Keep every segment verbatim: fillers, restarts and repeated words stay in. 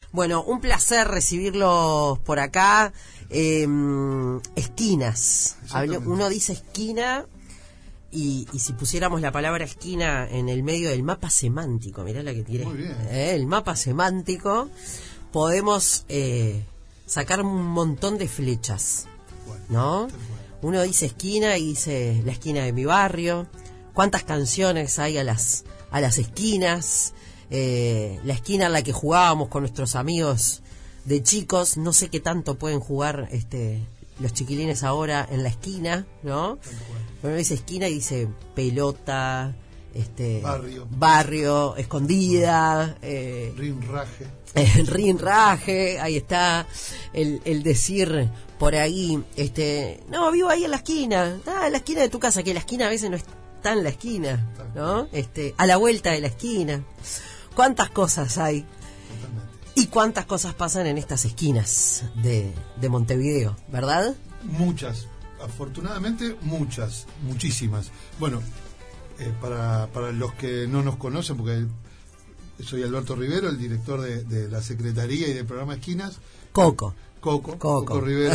Bueno, un placer recibirlos por acá. Eh, esquinas. Uno dice esquina y, y si pusiéramos la palabra esquina en el medio del mapa semántico, mirá la que tiré. Muy bien. Eh, el mapa semántico, podemos eh, sacar un montón de flechas, Bueno, ¿no? tal cual. Uno dice esquina y dice la esquina de mi barrio. ¿Cuántas canciones hay a las, a las esquinas? Eh, la esquina en la que jugábamos con nuestros amigos de chicos, no sé qué tanto pueden jugar este los chiquilines ahora en la esquina, ¿no? Uno dice esquina y dice pelota, este Barrio. barrio, escondida, eh, Rinraje. el rinraje, ahí está el, el decir por ahí, este, no, vivo ahí en la esquina, ah, en la esquina de tu casa, que la esquina a veces no está en la esquina, ¿no? Este, a la vuelta de la esquina. ¿Cuántas cosas hay? Totalmente. ¿Y cuántas cosas pasan en estas esquinas de, de Montevideo, verdad? Muchas, afortunadamente muchas, muchísimas. Bueno, eh, para, para los que no nos conocen, porque soy Alberto Rivero, el director de, de la Secretaría y del programa Esquinas. Coco. Coco, Coco. Coco Rivero.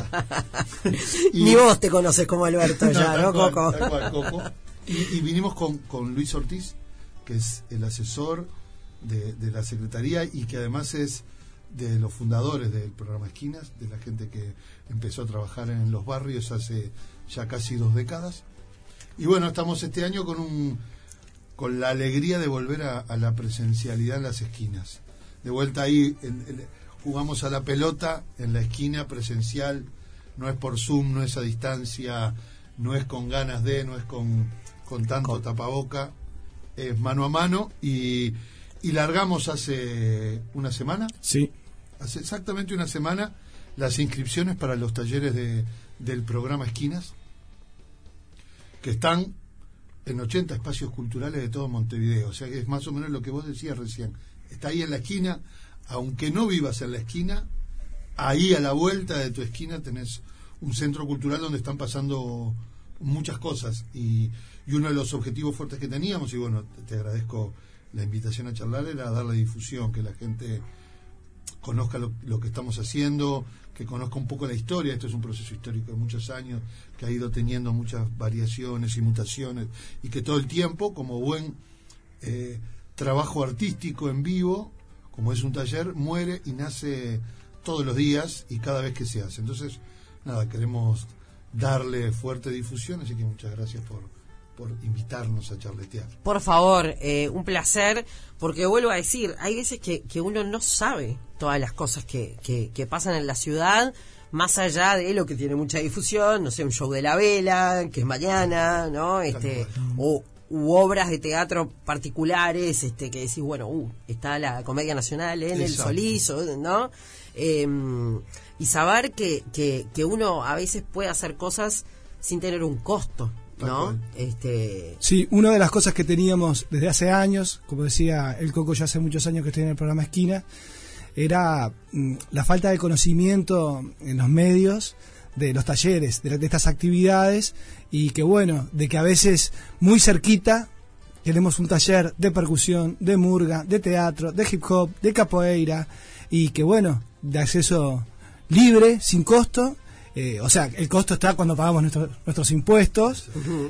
Y- Ni vos te conoces como Alberto ya, ¿no, tal cual, Coco? tal cual, Coco. Y, y vinimos con, con Luis Ortiz, que es el asesor de, de la Secretaría y que además es de los fundadores del programa Esquinas, de la gente que empezó a trabajar en los barrios hace ya casi dos décadas. Y bueno, estamos este año con un con la alegría de volver a, a la presencialidad en las esquinas. De vuelta ahí, en- en- jugamos a la pelota en la esquina presencial, no es por Zoom, no es a distancia, no es con ganas de, no es con, con tanto Con- tapaboca, es mano a mano y, y largamos hace una semana, Sí, hace exactamente una semana, las inscripciones para los talleres de, del programa Esquinas, que están en ochenta espacios culturales de todo Montevideo. O sea que es más o menos lo que vos decías recién. Está ahí en la esquina, aunque no vivas en la esquina, ahí a la vuelta de tu esquina tenés un centro cultural donde están pasando muchas cosas. Y, y uno de los objetivos fuertes que teníamos, y bueno, te, te agradezco la invitación a charlar, era darle difusión, que la gente conozca lo, lo que estamos haciendo, que conozca un poco la historia. Esto es un proceso histórico de muchos años que ha ido teniendo muchas variaciones y mutaciones y que todo el tiempo, como buen eh, trabajo artístico en vivo, como es un taller, muere y nace todos los días y cada vez que se hace. Entonces, nada, queremos darle fuerte difusión, así que muchas gracias por, por invitarnos a charletear. Por favor, eh, un placer, porque vuelvo a decir, hay veces que, que uno no sabe todas las cosas que, que, que pasan en la ciudad, más allá de lo que tiene mucha difusión, no sé, un show de la vela, que es mañana, ¿no? Este, o u obras de teatro particulares, este, que decís, bueno, uh, está la Comedia Nacional en el Exacto. Solís, o- ¿no? Eh, y saber que, que, que uno a veces puede hacer cosas sin tener un costo, Tal ¿no? cual. Este, sí, una de las cosas que teníamos desde hace años, como decía el Coco, ya hace muchos años que estoy en el programa Esquina, era mm, la falta de conocimiento en los medios de los talleres, de, la- de estas actividades, y que bueno, de que a veces muy cerquita tenemos un taller de percusión, de murga, de teatro, de hip hop, de capoeira, y que bueno, de acceso libre, sin costo. Eh, o sea, el costo está cuando pagamos nuestros nuestros impuestos,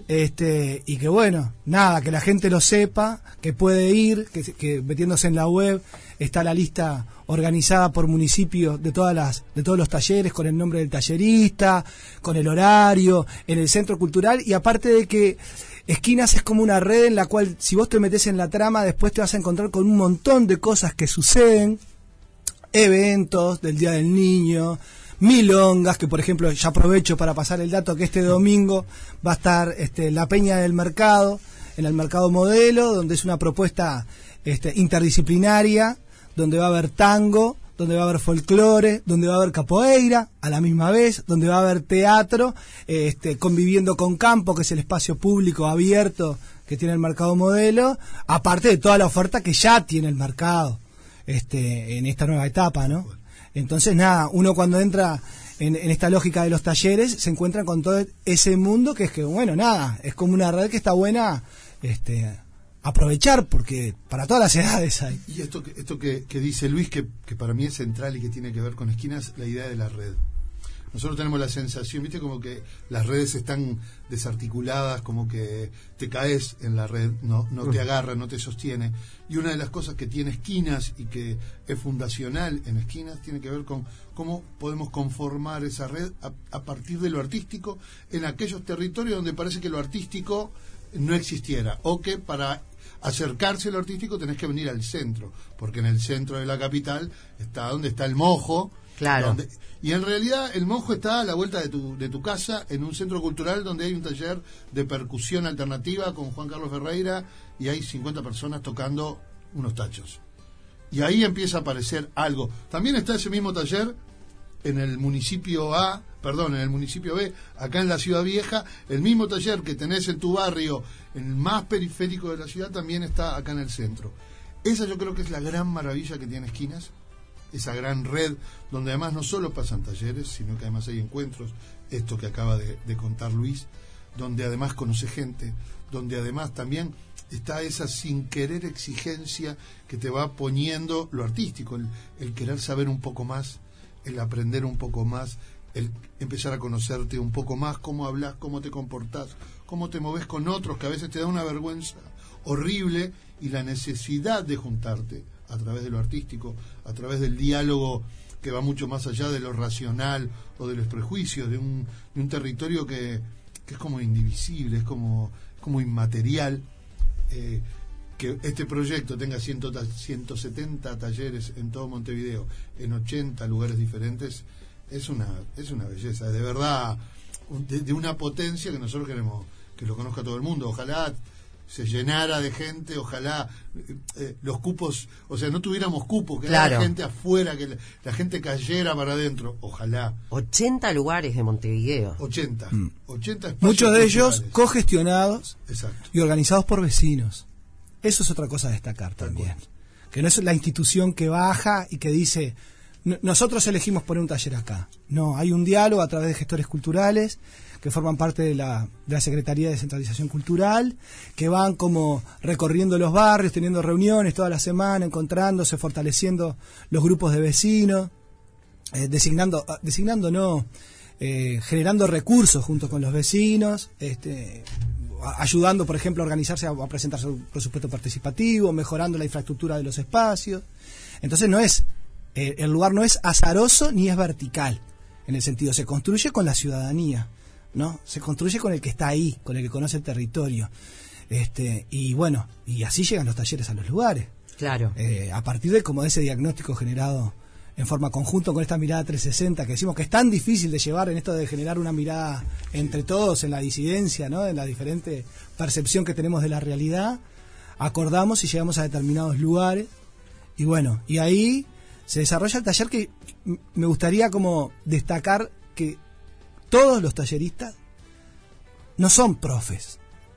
este y que bueno, nada, que la gente lo sepa, que puede ir, que, que metiéndose en la web está la lista organizada por municipio de todas las de todos los talleres, con el nombre del tallerista, con el horario, en el centro cultural, y aparte de que Esquinas es como una red en la cual si vos te metés en la trama, después te vas a encontrar con un montón de cosas que suceden, eventos del Día del Niño, milongas, que por ejemplo ya aprovecho para pasar el dato que este domingo va a estar este, la Peña del Mercado, en el Mercado Modelo, donde es una propuesta este, interdisciplinaria, donde va a haber tango, donde va a haber folclore, donde va a haber capoeira a la misma vez, donde va a haber teatro, este, conviviendo con campo, que es el espacio público abierto que tiene el Mercado Modelo, aparte de toda la oferta que ya tiene el mercado este, en esta nueva etapa, ¿no? Entonces, nada, uno cuando entra en, en esta lógica de los talleres se encuentra con todo ese mundo que es que, bueno, nada, es como una red que está buena este, aprovechar, porque para todas las edades hay. Y esto que, esto que, que dice Luis, que, que para mí es central y que tiene que ver con esquinas, la idea de la red. Nosotros tenemos la sensación, viste, como que las redes están desarticuladas, como que te caes en la red, no, no te agarra, no te sostiene. Y una de las cosas que tiene esquinas y que es fundacional en esquinas tiene que ver con cómo podemos conformar esa red a, a partir de lo artístico en aquellos territorios donde parece que lo artístico no existiera, o que para acercarse a lo artístico tenés que venir al centro, porque en el centro de la capital está donde está el Mojo. Claro. Donde, y en realidad el Mojo está a la vuelta de tu, de tu casa, en un centro cultural donde hay un taller de percusión alternativa con Juan Carlos Ferreira y hay cincuenta personas tocando unos tachos. Y ahí empieza a aparecer algo. También está ese mismo taller en el municipio A, perdón, en el municipio B, acá en la Ciudad Vieja. El mismo taller que tenés en tu barrio, en el más periférico de la ciudad, también está acá en el centro. Esa yo creo que es la gran maravilla que tiene Esquinas, esa gran red, donde además no solo pasan talleres, sino que además hay encuentros, esto que acaba de, de contar Luis, donde además conoce gente, donde además también está esa sin querer exigencia que te va poniendo lo artístico, el, el querer saber un poco más, el aprender un poco más, el empezar a conocerte un poco más, cómo hablas, cómo te comportás, cómo te moves con otros, que a veces te da una vergüenza horrible, y la necesidad de juntarte a través de lo artístico, a través del diálogo que va mucho más allá de lo racional o de los prejuicios, de un, de un territorio que, que es como indivisible, es como, como inmaterial. Eh, que este proyecto tenga ciento setenta talleres en todo Montevideo, en ochenta lugares diferentes, es una, es una belleza, de verdad, de, de una potencia que nosotros queremos que lo conozca todo el mundo. Ojalá se llenara de gente, ojalá eh, los cupos, o sea, no tuviéramos cupos, que claro. haya gente afuera, que la, la gente cayera para adentro, ojalá. ochenta lugares de Montevideo. ochenta. Mm. ochenta espacios Muchos de ellos culturales. cogestionados. Exacto. Y organizados por vecinos. Eso es otra cosa a destacar también. Que no es la institución que baja y que dice, nosotros elegimos poner un taller acá. No, hay un diálogo a través de gestores culturales que forman parte de la, de la Secretaría de Descentralización Cultural, que van como recorriendo los barrios, teniendo reuniones toda la semana, encontrándose, fortaleciendo los grupos de vecinos, eh, designando, designando no, eh, generando recursos junto con los vecinos, este, ayudando, por ejemplo, a organizarse, a, a presentar su presupuesto participativo, mejorando la infraestructura de los espacios. Entonces no es, eh, el lugar no es azaroso ni es vertical, en el sentido, se construye con la ciudadanía, ¿no? Se construye con el que está ahí, con el que conoce el territorio. Este, y bueno, y así llegan los talleres a los lugares. Claro. Eh, a partir de como de ese diagnóstico generado en forma conjunta con esta mirada trescientos sesenta que decimos que es tan difícil de llevar en esto de generar una mirada entre todos, en la disidencia, ¿no? En la diferente percepción que tenemos de la realidad, acordamos y llegamos a determinados lugares, y bueno, y ahí se desarrolla el taller que me gustaría como destacar que todos los talleristas no son profes,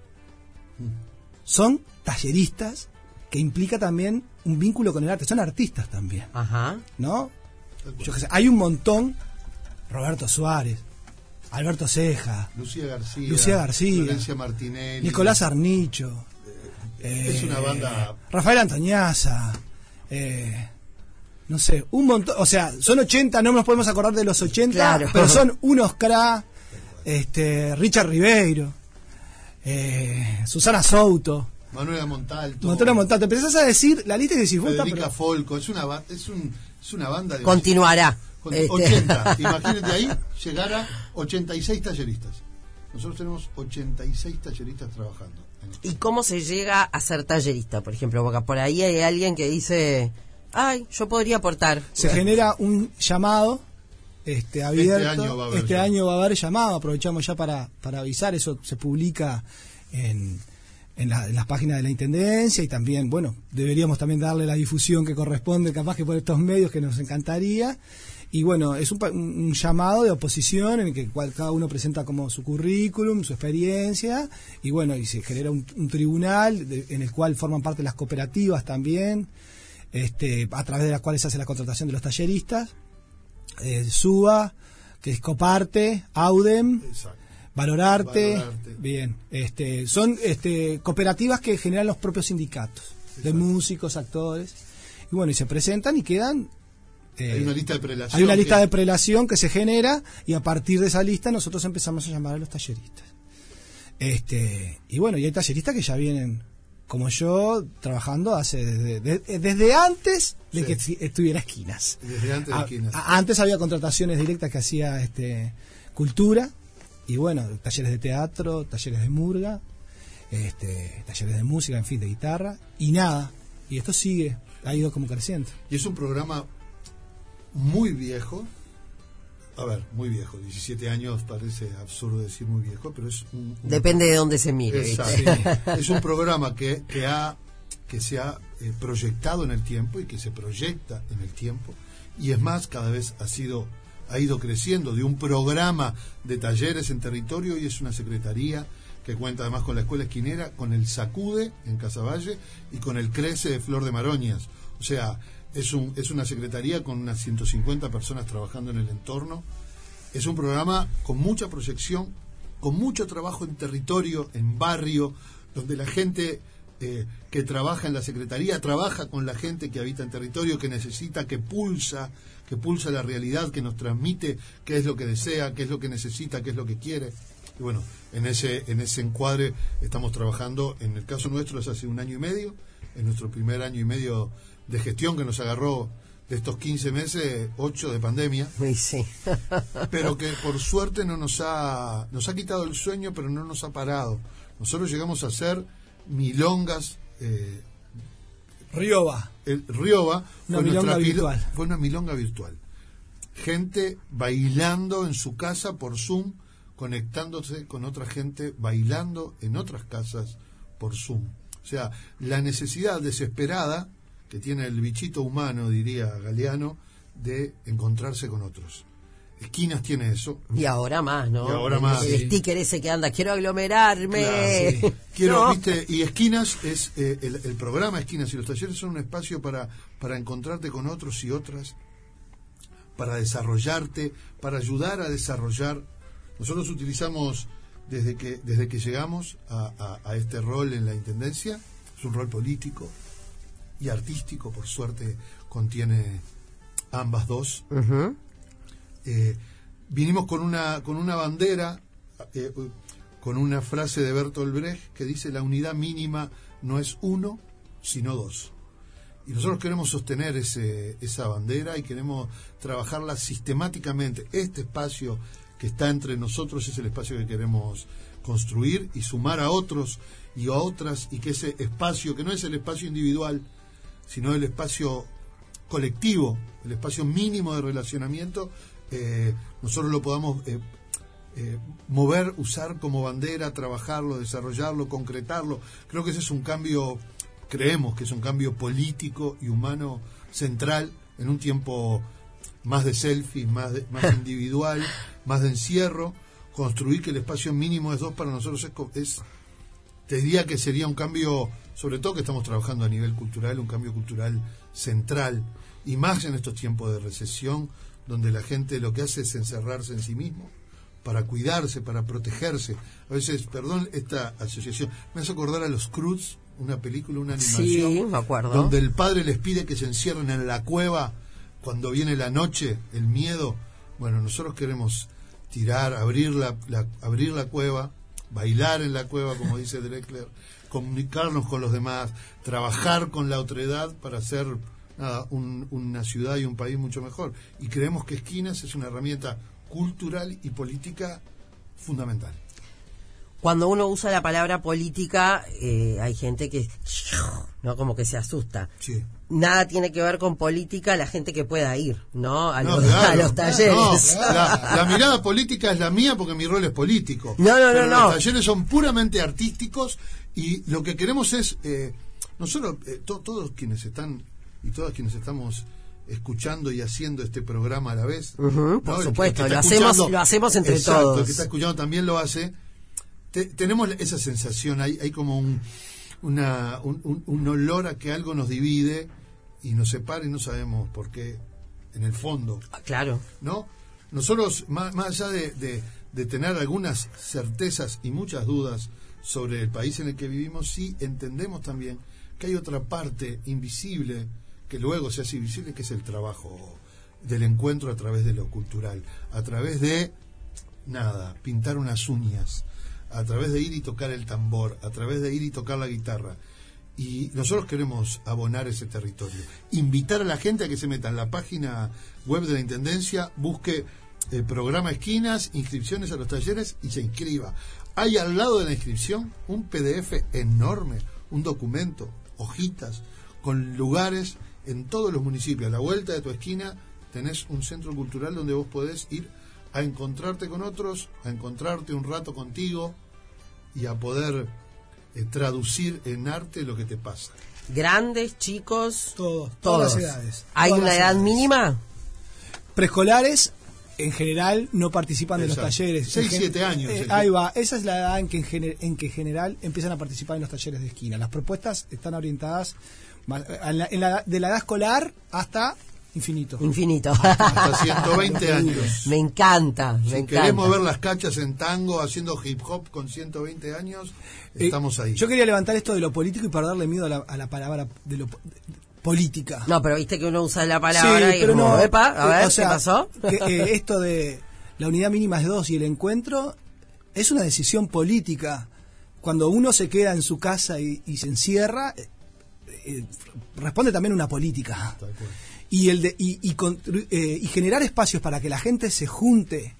son talleristas, que implica también un vínculo con el arte, son artistas también. Ajá. ¿No? Yo qué sé, hay un montón, Roberto Suárez, Alberto Ceja, Lucía García, Lucía García, Florencia Martinelli, Nicolás Arnicho, eh, es eh, una banda, Rafael Antoñaza, eh, no sé, un montón, o sea, son ochenta, no nos podemos acordar de los ochenta, claro. pero son unos cra, este, Richard Ribeiro, eh, Susana Souto, Manuela Montalto, Montona Montalto, te empezás a decir la lista y decís, Federica pero... Folco, es una, es, un, es una banda de continuará. Con este. ochenta, imagínate ahí llegar a ochenta y seis talleristas. Nosotros tenemos ochenta y seis talleristas trabajando. ¿Y cómo se llega a ser tallerista, por ejemplo? Porque por ahí hay alguien que dice, ay, yo podría aportar. Se genera un llamado este abierto. Este año va a haber, este año va a haber llamado, aprovechamos ya para, para avisar, eso se publica en, en, la, en las páginas de la Intendencia, y también, bueno, deberíamos también darle la difusión que corresponde, capaz que por estos medios, que nos encantaría. Y bueno, es un, un llamado de oposición en el que cual, cada uno presenta como su currículum, su experiencia, y bueno, y se genera un, un tribunal de, en el cual forman parte las cooperativas también, este, a través de las cuales se hace la contratación de los talleristas, eh, SUBA, que es Coparte, AUDEM, Exacto. Valorarte, Valorarte. bien, este, son este, cooperativas que generan los propios sindicatos de músicos, actores, y bueno, y se presentan y quedan. Eh, hay una lista de prelación. Hay una lista que... de prelación que se genera y a partir de esa lista nosotros empezamos a llamar a los talleristas. Este, y bueno, y hay talleristas que ya vienen, como yo, trabajando hace desde, de, desde antes de sí. que estuviera Esquinas. Desde antes de Esquinas. A, a, antes había contrataciones directas que hacía este, Cultura, y bueno, talleres de teatro, talleres de murga, este, talleres de música, en fin, de guitarra, y nada, y esto sigue, ha ido como creciendo. Y es un programa muy viejo, a ver, muy viejo, diecisiete años parece absurdo decir muy viejo, pero es un... un Depende de dónde se mire. Exacto. Es un programa que, que, ha, que se ha eh, proyectado en el tiempo y que se proyecta en el tiempo, y es más, cada vez ha sido... ha ido creciendo de un programa de talleres en territorio y es una secretaría que cuenta además con la Escuela Esquinera, con el Sacude en Casaballe y con el Crece de Flor de Maroñas. O sea, es, un, es una secretaría con unas ciento cincuenta personas trabajando en el entorno. Es un programa con mucha proyección, con mucho trabajo en territorio, en barrio, donde la gente eh, que trabaja en la secretaría trabaja con la gente que habita en territorio, que necesita, que pulsa, que pulsa la realidad, que nos transmite qué es lo que desea, qué es lo que necesita, qué es lo que quiere. Y bueno, en ese en ese encuadre estamos trabajando, en el caso nuestro es hace un año y medio, en nuestro primer año y medio de gestión que nos agarró de estos quince meses, ocho de pandemia. Sí, sí. Pero que por suerte no nos ha nos ha quitado el sueño, pero no nos ha parado. Nosotros llegamos a hacer milongas, eh, Rioba. El Rioba una fue, milonga virtual. Pilo, fue una milonga virtual. Gente bailando en su casa por Zoom, conectándose con otra gente, bailando en otras casas por Zoom. O sea, la necesidad desesperada que tiene el bichito humano, diría Galeano, de encontrarse con otros. Esquinas tiene eso. Y ahora más, ¿no? Y ahora más. El sí. sticker ese que anda, quiero aglomerarme. Claro, sí. Quiero, ¿no? viste, y Esquinas es eh, el, el programa Esquinas y los talleres son un espacio para, para encontrarte con otros y otras, para desarrollarte, para ayudar a desarrollar. Nosotros utilizamos desde que desde que llegamos a, a, a este rol en la intendencia, es un rol político y artístico, por suerte contiene ambas dos. Uh-huh. Eh, vinimos con una con una bandera, eh, con una frase de Bertolt Brecht que dice: la unidad mínima no es uno, sino dos. Y nosotros queremos sostener ese, esa bandera y queremos trabajarla sistemáticamente. Este espacio que está entre nosotros es el espacio que queremos construir y sumar a otros y a otras, y que ese espacio, que no es el espacio individual, sino el espacio colectivo, el espacio mínimo de relacionamiento, Eh, nosotros lo podamos eh, eh, mover, usar como bandera, trabajarlo, desarrollarlo, concretarlo. Creo que ese es un cambio, creemos que es un cambio político y humano central en un tiempo más de selfie, más, de, más individual, más de encierro. Construir que el espacio mínimo es dos para nosotros es, es, te diría que sería un cambio, sobre todo que estamos trabajando a nivel cultural, un cambio cultural central, y más en estos tiempos de recesión, donde la gente lo que hace es encerrarse en sí mismo para cuidarse, para protegerse. A veces, perdón, esta asociación me hace acordar a los Cruz, una película, una animación, sí, me acuerdo, donde el padre les pide que se encierren en la cueva cuando viene la noche, el miedo. Bueno, nosotros queremos tirar, abrir la, la abrir la cueva, bailar en la cueva, como dice Drexler, comunicarnos con los demás, trabajar con la otredad para hacer nada, un, una ciudad y un país mucho mejor. Y creemos que Esquinas es una herramienta cultural y política fundamental. Cuando uno usa la palabra política, eh, hay gente que, no, como que se asusta. Sí. Nada tiene que ver con política la gente que pueda ir, ¿no? A, no, los, claro, a los talleres. No, la, la mirada política es la mía porque mi rol es político. No, no, Pero no, no. Los talleres son puramente artísticos y lo que queremos es, eh, nosotros, eh, to, todos quienes están y todas quienes estamos escuchando y haciendo este programa a la vez, uh-huh, por ¿no? supuesto, el que, el que lo hacemos, lo hacemos entre exacto, todos. El que está escuchando también lo hace. Te, tenemos esa sensación, hay, hay como un, una, un, un, un olor a que algo nos divide y nos separa y no sabemos por qué, en el fondo. Claro. ¿No? nosotros, más, más allá de, de, de tener algunas certezas y muchas dudas sobre el país en el que vivimos, sí entendemos también que hay otra parte invisible que luego se hace visible, que es el trabajo del encuentro a través de lo cultural, a través de, nada, pintar unas uñas, a través de ir y tocar el tambor, a través de ir y tocar la guitarra. Y nosotros queremos abonar ese territorio, invitar a la gente a que se meta en la página web de la Intendencia, busque el programa Esquinas, inscripciones a los talleres y se inscriba. Hay al lado de la inscripción un P D F enorme, un documento, hojitas, con lugares en todos los municipios. A la vuelta de tu esquina tenés un centro cultural donde vos podés ir a encontrarte con otros, a encontrarte un rato contigo y a poder eh, traducir en arte lo que te pasa. Grandes, chicos, Todos, todos. todas las edades. ¿Hay Todas una las edad edades. mínima? Preescolares, en general, no participan de Exacto. los talleres. Seis, En gen- siete años, eh, el- ahí va, esa es la edad en que en, gener- en que en general empiezan a participar en los talleres de esquina. Las propuestas están orientadas más- en la- en la- de la edad escolar hasta infinito. Infinito. Hasta ciento veinte años. Me encanta, me Si encanta. queremos ver las cachas en tango haciendo hip hop con ciento veinte años, Eh, estamos ahí. Yo quería levantar esto de lo político y para darle miedo a la, a la palabra de lo po- política. No, pero viste que uno usa la palabra Sí, y pero es como, no, epa, a eh, ver, o sea, ¿qué pasó? que, eh, esto de la unidad mínima es dos y el encuentro es una decisión política. Cuando uno se queda en su casa y, y se encierra, eh, eh, responde también una política. Tal cual. Y, el de, y, y, constru- eh, y generar espacios para que la gente se junte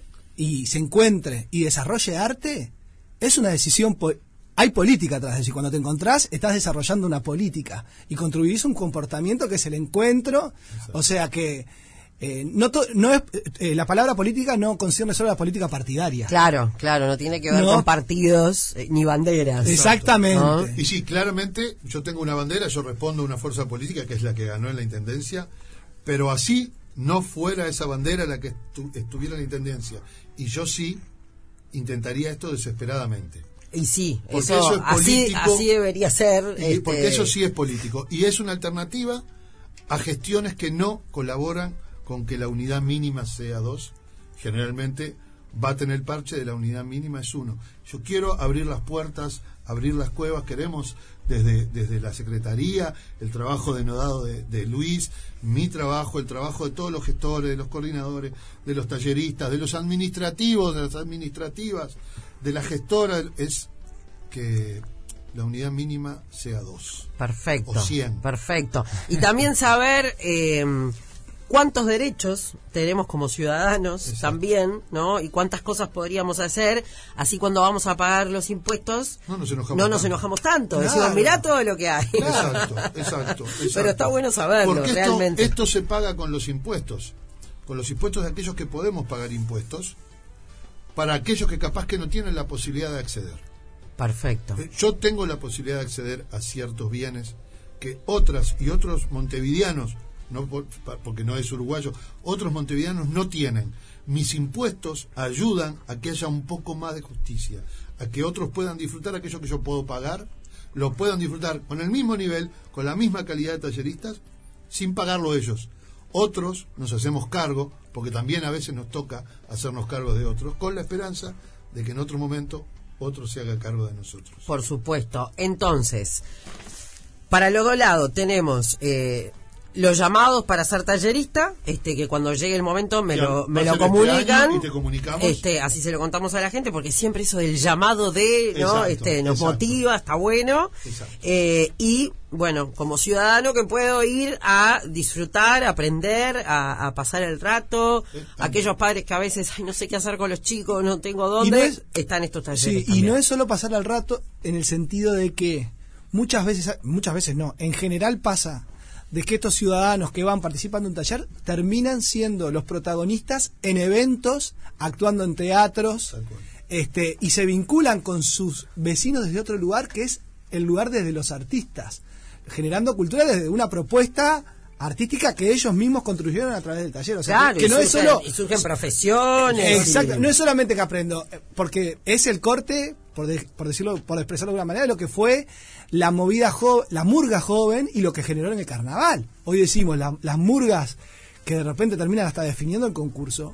y se encuentre y desarrolle arte es una decisión po- hay política atrás de eso, y cuando te encontrás estás desarrollando una política y contribuís a un comportamiento que es el encuentro. Exacto. O sea que eh, no, to- no es eh, la palabra política no concierne solo a la política partidaria. Claro, claro, no tiene que ver No. con partidos eh, ni banderas. Exactamente. ¿No? Y sí, claramente, yo tengo una bandera, yo respondo a una fuerza política que es la que ganó en la Intendencia, pero así no fuera esa bandera la que estu- estuviera en la Intendencia. Y yo sí intentaría esto desesperadamente. Y sí, Porque eso, eso es así, político. así debería ser. Y este, porque eso sí es político. Y es una alternativa a gestiones que no colaboran con que la unidad mínima sea dos. Generalmente baten el parche de la unidad mínima es uno. Yo quiero abrir las puertas, abrir las cuevas. Queremos desde, desde la Secretaría, el trabajo denodado de, de Luis, mi trabajo, el trabajo de todos los gestores, de los coordinadores, de los talleristas, de los administrativos, de las administrativas, de la gestora, es que la unidad mínima sea dos. Perfecto. O cien. Perfecto. Y también saber eh, cuántos derechos tenemos como ciudadanos. Exacto. También, ¿no? Y cuántas cosas podríamos hacer, así cuando vamos a pagar los impuestos no nos enojamos, no nos tanto. enojamos tanto. Claro. Decimos, mirá todo lo que hay. Exacto, exacto, exacto. Pero está bueno saberlo, porque esto, realmente. esto se paga con los impuestos, con los impuestos de aquellos que podemos pagar impuestos, para aquellos que capaz que no tienen la posibilidad de acceder. Perfecto. Yo tengo la posibilidad de acceder a ciertos bienes que otras y otros montevideanos, no por, porque no es uruguayo, otros montevideanos no tienen. Mis impuestos ayudan a que haya un poco más de justicia, a que otros puedan disfrutar aquello que yo puedo pagar, lo puedan disfrutar con el mismo nivel, con la misma calidad de talleristas, sin pagarlo ellos. Otros nos hacemos cargo, porque también a veces nos toca hacernos cargo de otros, con la esperanza de que en otro momento otro se haga cargo de nosotros. Por supuesto. Entonces, para el otro lado tenemos eh, los llamados para ser tallerista, este que cuando llegue el momento me Claro, lo, me lo pasa este comunican, año y te comunicamos. este, así se lo contamos a la gente, porque siempre eso del llamado de, ¿no? Exacto, este, nos exacto. motiva, está bueno. Eh, y bueno, como ciudadano que puedo ir a disfrutar, a aprender, a, a pasar el rato, Eh, aquellos padres que a veces, ay, no sé qué hacer con los chicos, no tengo dónde, no es- están estos talleres. Sí, y también. no es solo pasar al rato en el sentido de que muchas veces, muchas veces no, en general pasa de que estos ciudadanos que van participando en un taller terminan siendo los protagonistas en eventos, actuando en teatros, este, y se vinculan con sus vecinos desde otro lugar que es el lugar desde los artistas, generando cultura desde una propuesta artística que ellos mismos construyeron a través del taller. O sea, Claro, que, que y no surgen, es solo y surgen profesiones. Exacto, y- no es solamente que aprendo, eh, porque es el corte, por, de- por decirlo, por expresarlo de alguna manera, de lo que fue la movida joven, la murga joven y lo que generó en el carnaval. Hoy decimos, la- las murgas que de repente terminan hasta definiendo el concurso,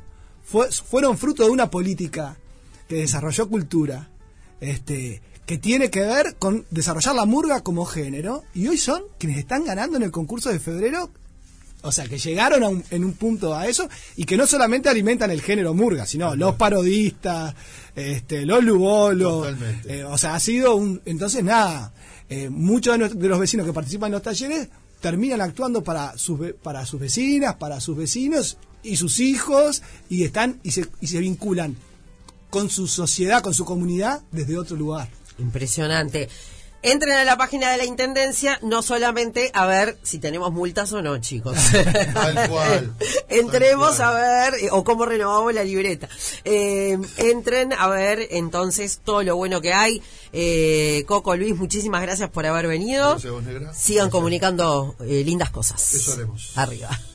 fue, fueron fruto de una política que desarrolló cultura, este, que tiene que ver con desarrollar la murga como género, y hoy son quienes están ganando en el concurso de febrero. O sea, que llegaron a un, en un punto a eso, y que no solamente alimentan el género murga, sino okay. los parodistas, este, los lugolos. Eh, o sea, ha sido un... Entonces, nada, eh, muchos de, nuestros, de los vecinos que participan en los talleres terminan actuando para sus, para sus vecinas, para sus vecinos y sus hijos, y están y se, y se vinculan con su sociedad, con su comunidad, desde otro lugar. Impresionante. Entren a la página de la Intendencia, no solamente a ver si tenemos multas o no, chicos. Tal cual. Entremos Tal cual. a ver, o cómo renovamos la libreta. Eh, entren a ver entonces todo lo bueno que hay. Eh, Coco, Luis, muchísimas gracias por haber venido. Gracias, vos, Negra. Sigan Gracias. comunicando eh, lindas cosas. Eso haremos. Arriba.